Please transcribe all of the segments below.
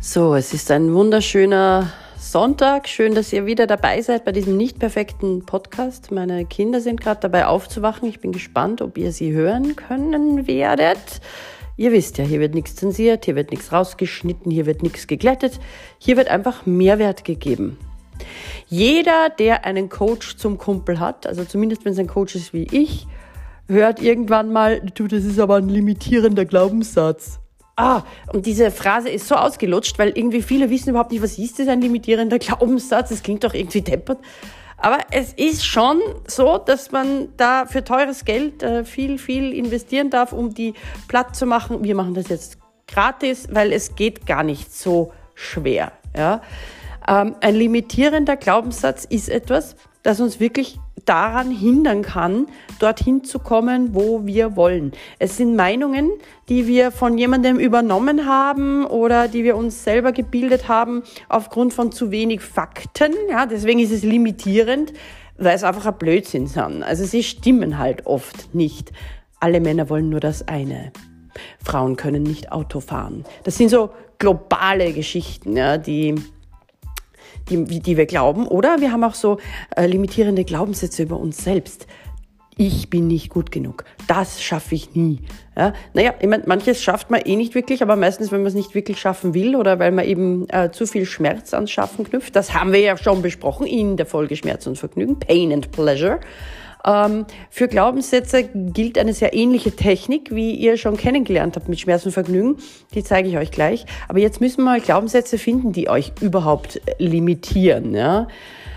So, es ist ein wunderschöner Sonntag. Schön, dass ihr wieder dabei seid bei diesem nicht perfekten Podcast. Meine Kinder sind gerade dabei aufzuwachen. Ich bin gespannt, ob ihr sie hören können werdet. Ihr wisst ja, hier wird nichts zensiert, hier wird nichts rausgeschnitten, hier wird nichts geglättet. Hier wird einfach Mehrwert gegeben. Jeder, der einen Coach zum Kumpel hat, also zumindest wenn es ein Coach ist wie ich, hört irgendwann mal, du, das ist aber ein limitierender Glaubenssatz. Und diese Phrase ist so ausgelutscht, weil irgendwie viele wissen überhaupt nicht, was ist das, ein limitierender Glaubenssatz? Das klingt doch irgendwie deppert. Aber es ist schon so, dass man da für teures Geld viel investieren darf, um die platt zu machen. Wir machen das jetzt gratis, weil es geht gar nicht so schwer. Ja? Ein limitierender Glaubenssatz ist etwas, das uns wirklich daran hindern kann, dorthin zu kommen, wo wir wollen. Es sind Meinungen, die wir von jemandem übernommen haben oder die wir uns selber gebildet haben aufgrund von zu wenig Fakten. Ja, deswegen ist es limitierend, weil es einfach ein Blödsinn sind. Also sie stimmen halt oft nicht. Alle Männer wollen nur das eine. Frauen können nicht Auto fahren. Das sind so globale Geschichten, ja, die wir glauben. Oder wir haben auch so limitierende Glaubenssätze über uns selbst. Ich bin nicht gut genug. Das schaffe ich nie. Ja? Naja, ich meine, manches schafft man nicht wirklich, aber meistens, wenn man es nicht wirklich schaffen will oder weil man eben zu viel Schmerz ans Schaffen knüpft. Das haben wir ja schon besprochen in der Folge Schmerz und Vergnügen, Pain and Pleasure. Für Glaubenssätze gilt eine sehr ähnliche Technik, wie ihr schon kennengelernt habt mit Schmerz und Vergnügen. Die zeige ich euch gleich. Aber jetzt müssen wir mal Glaubenssätze finden, die euch überhaupt limitieren. Ja?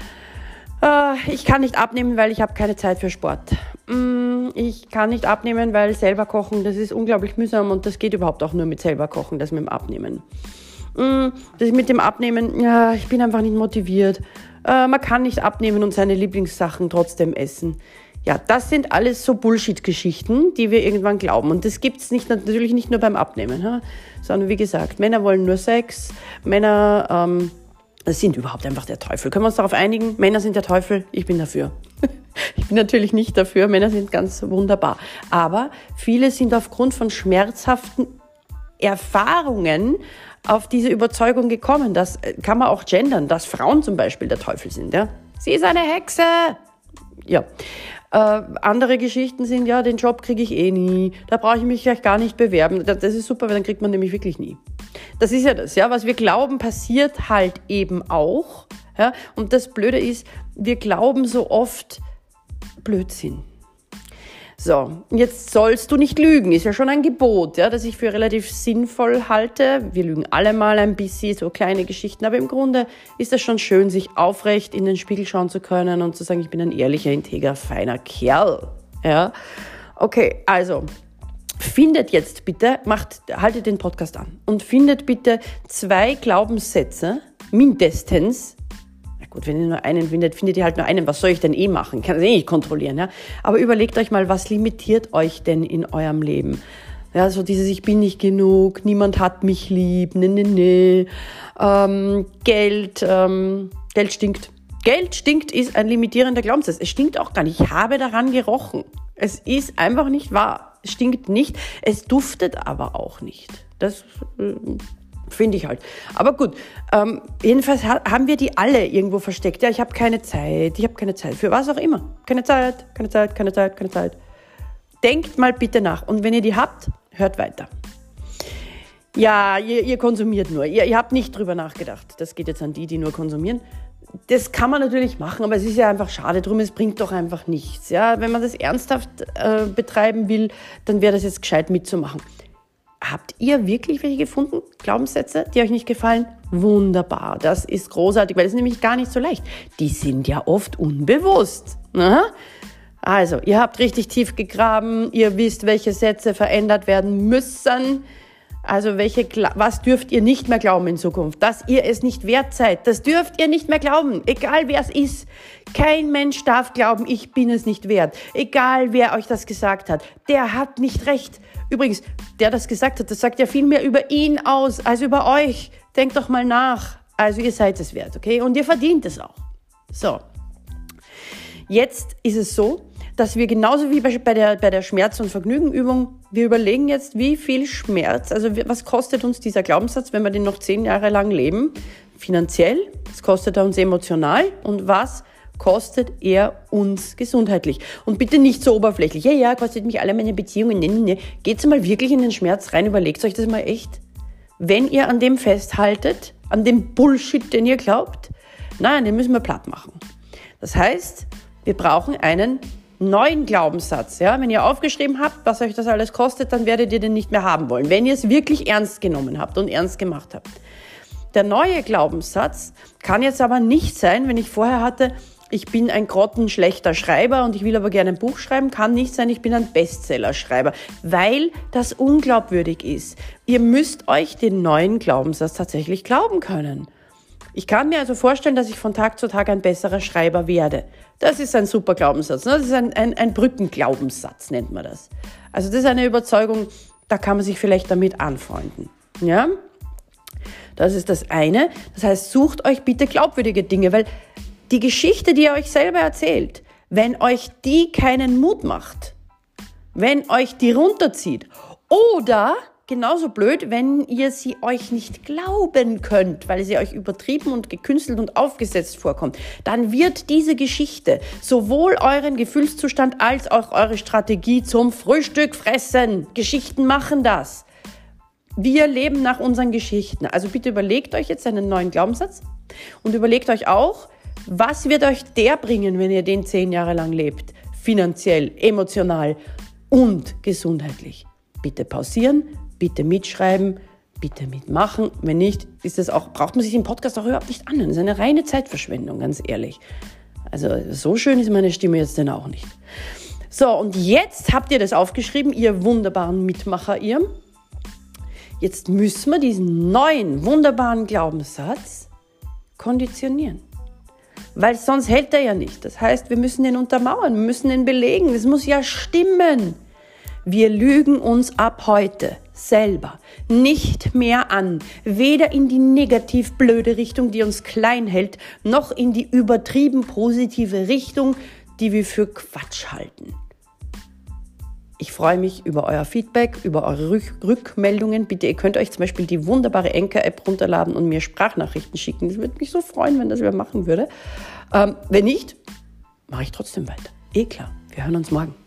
Ich kann nicht abnehmen, weil ich habe keine Zeit für Sport. Ich kann nicht abnehmen, weil selber kochen, das ist unglaublich mühsam und das geht überhaupt auch nur mit selber kochen, das mit dem Abnehmen. Das mit dem Abnehmen, ja, ich bin einfach nicht motiviert. Man kann nicht abnehmen und seine Lieblingssachen trotzdem essen. Ja, das sind alles so Bullshit-Geschichten, die wir irgendwann glauben. Und das gibt's natürlich nicht nur beim Abnehmen, sondern wie gesagt, Männer wollen nur Sex, Männer sind überhaupt einfach der Teufel. Können wir uns darauf einigen? Männer sind der Teufel, ich bin dafür. Ich bin natürlich nicht dafür, Männer sind ganz wunderbar. Aber viele sind aufgrund von schmerzhaften Erfahrungen auf diese Überzeugung gekommen. Das kann man auch gendern, dass Frauen zum Beispiel der Teufel sind. Ja? Sie ist eine Hexe. Ja. Andere Geschichten sind, ja, den Job kriege ich eh nie. Da brauche ich mich gleich gar nicht bewerben. Das ist super, weil dann kriegt man nämlich wirklich nie. Das ist ja das, ja, was wir glauben, passiert halt eben auch. Ja? Und das Blöde ist, wir glauben so oft Blödsinn. So, jetzt sollst du nicht lügen, ist ja schon ein Gebot, ja, das ich für relativ sinnvoll halte. Wir lügen alle mal ein bisschen, so kleine Geschichten, aber im Grunde ist es schon schön, sich aufrecht in den Spiegel schauen zu können und zu sagen, ich bin ein ehrlicher, integer, feiner Kerl. Ja, okay, also findet jetzt bitte, haltet den Podcast an und findet bitte 2 Glaubenssätze, mindestens. Gut, wenn ihr nur einen findet ihr halt nur einen. Was soll ich denn machen? Ich kann das eh nicht kontrollieren. Ja? Aber überlegt euch mal, was limitiert euch denn in eurem Leben? Ja, so dieses, ich bin nicht genug, niemand hat mich lieb, Geld stinkt. Geld stinkt ist ein limitierender Glaubenssatz. Es stinkt auch gar nicht. Ich habe daran gerochen. Es ist einfach nicht wahr. Es stinkt nicht. Es duftet aber auch nicht. Das finde ich halt. Aber gut, jedenfalls haben wir die alle irgendwo versteckt. Ja, ich habe keine Zeit für was auch immer. Keine Zeit. Denkt mal bitte nach. Und wenn ihr die habt, hört weiter. Ja, ihr konsumiert nur. Ihr habt nicht drüber nachgedacht. Das geht jetzt an die nur konsumieren. Das kann man natürlich machen, aber es ist ja einfach schade drum, es bringt doch einfach nichts. Ja? Wenn man das ernsthaft betreiben will, dann wäre das jetzt gescheit mitzumachen. Habt ihr wirklich welche gefunden, Glaubenssätze, die euch nicht gefallen? Wunderbar, das ist großartig, weil das ist nämlich gar nicht so leicht. Die sind ja oft unbewusst. Aha. Also, ihr habt richtig tief gegraben, ihr wisst, welche Sätze verändert werden müssen. Also, was dürft ihr nicht mehr glauben in Zukunft? Dass ihr es nicht wert seid, das dürft ihr nicht mehr glauben, egal wer es ist. Kein Mensch darf glauben, ich bin es nicht wert. Egal wer euch das gesagt hat, der hat nicht recht. Übrigens, der das gesagt hat, das sagt ja viel mehr über ihn aus als über euch. Denkt doch mal nach. Also ihr seid es wert, okay? Und ihr verdient es auch. So. Jetzt ist es so, dass wir genauso wie bei der Schmerz- und Vergnügenübung wir überlegen jetzt, wie viel Schmerz, also was kostet uns dieser Glaubenssatz, wenn wir den noch 10 Jahre lang leben, finanziell, was kostet er uns emotional und was kostet er uns gesundheitlich. Und bitte nicht so oberflächlich, ja, kostet mich alle meine Beziehungen, nee. Geht's mal wirklich in den Schmerz rein, überlegt euch das mal echt. Wenn ihr an dem festhaltet, an dem Bullshit, den ihr glaubt, nein, den müssen wir platt machen. Das heißt, wir brauchen einen neuen Glaubenssatz. Ja? Wenn ihr aufgeschrieben habt, was euch das alles kostet, dann werdet ihr den nicht mehr haben wollen, wenn ihr es wirklich ernst genommen habt und ernst gemacht habt. Der neue Glaubenssatz kann jetzt aber nicht sein, wenn ich vorher hatte, ich bin ein grottenschlechter Schreiber und ich will aber gerne ein Buch schreiben, kann nicht sein, ich bin ein Bestsellerschreiber, weil das unglaubwürdig ist. Ihr müsst euch den neuen Glaubenssatz tatsächlich glauben können. Ich kann mir also vorstellen, dass ich von Tag zu Tag ein besserer Schreiber werde. Das ist ein super Glaubenssatz. Das ist ein Brückenglaubenssatz, nennt man das. Also das ist eine Überzeugung, da kann man sich vielleicht damit anfreunden. Ja? Das ist das eine. Das heißt, sucht euch bitte glaubwürdige Dinge, weil die Geschichte, die ihr euch selber erzählt, wenn euch die keinen Mut macht, wenn euch die runterzieht oder genauso blöd, wenn ihr sie euch nicht glauben könnt, weil sie euch übertrieben und gekünstelt und aufgesetzt vorkommt, dann wird diese Geschichte sowohl euren Gefühlszustand als auch eure Strategie zum Frühstück fressen. Geschichten machen das. Wir leben nach unseren Geschichten. Also bitte überlegt euch jetzt einen neuen Glaubenssatz und überlegt euch auch, was wird euch der bringen, wenn ihr den 10 Jahre lang lebt? Finanziell, emotional und gesundheitlich. Bitte pausieren, bitte mitschreiben, bitte mitmachen. Wenn nicht, braucht man sich den Podcast auch überhaupt nicht anhören. Das ist eine reine Zeitverschwendung, ganz ehrlich. Also so schön ist meine Stimme jetzt denn auch nicht. So, und jetzt habt ihr das aufgeschrieben, ihr wunderbaren Mitmacher, ihr. Jetzt müssen wir diesen neuen, wunderbaren Glaubenssatz konditionieren. Weil sonst hält er ja nicht. Das heißt, wir müssen ihn untermauern, wir müssen ihn belegen. Das muss ja stimmen. Wir lügen uns ab heute selber nicht mehr an. Weder in die negativ blöde Richtung, die uns klein hält, noch in die übertrieben positive Richtung, die wir für Quatsch halten. Ich freue mich über euer Feedback, über eure Rückmeldungen. Bitte, ihr könnt euch zum Beispiel die wunderbare Anchor-App runterladen und mir Sprachnachrichten schicken. Das würde mich so freuen, wenn das wer machen würde. Wenn nicht, mache ich trotzdem weiter. Klar. Wir hören uns morgen.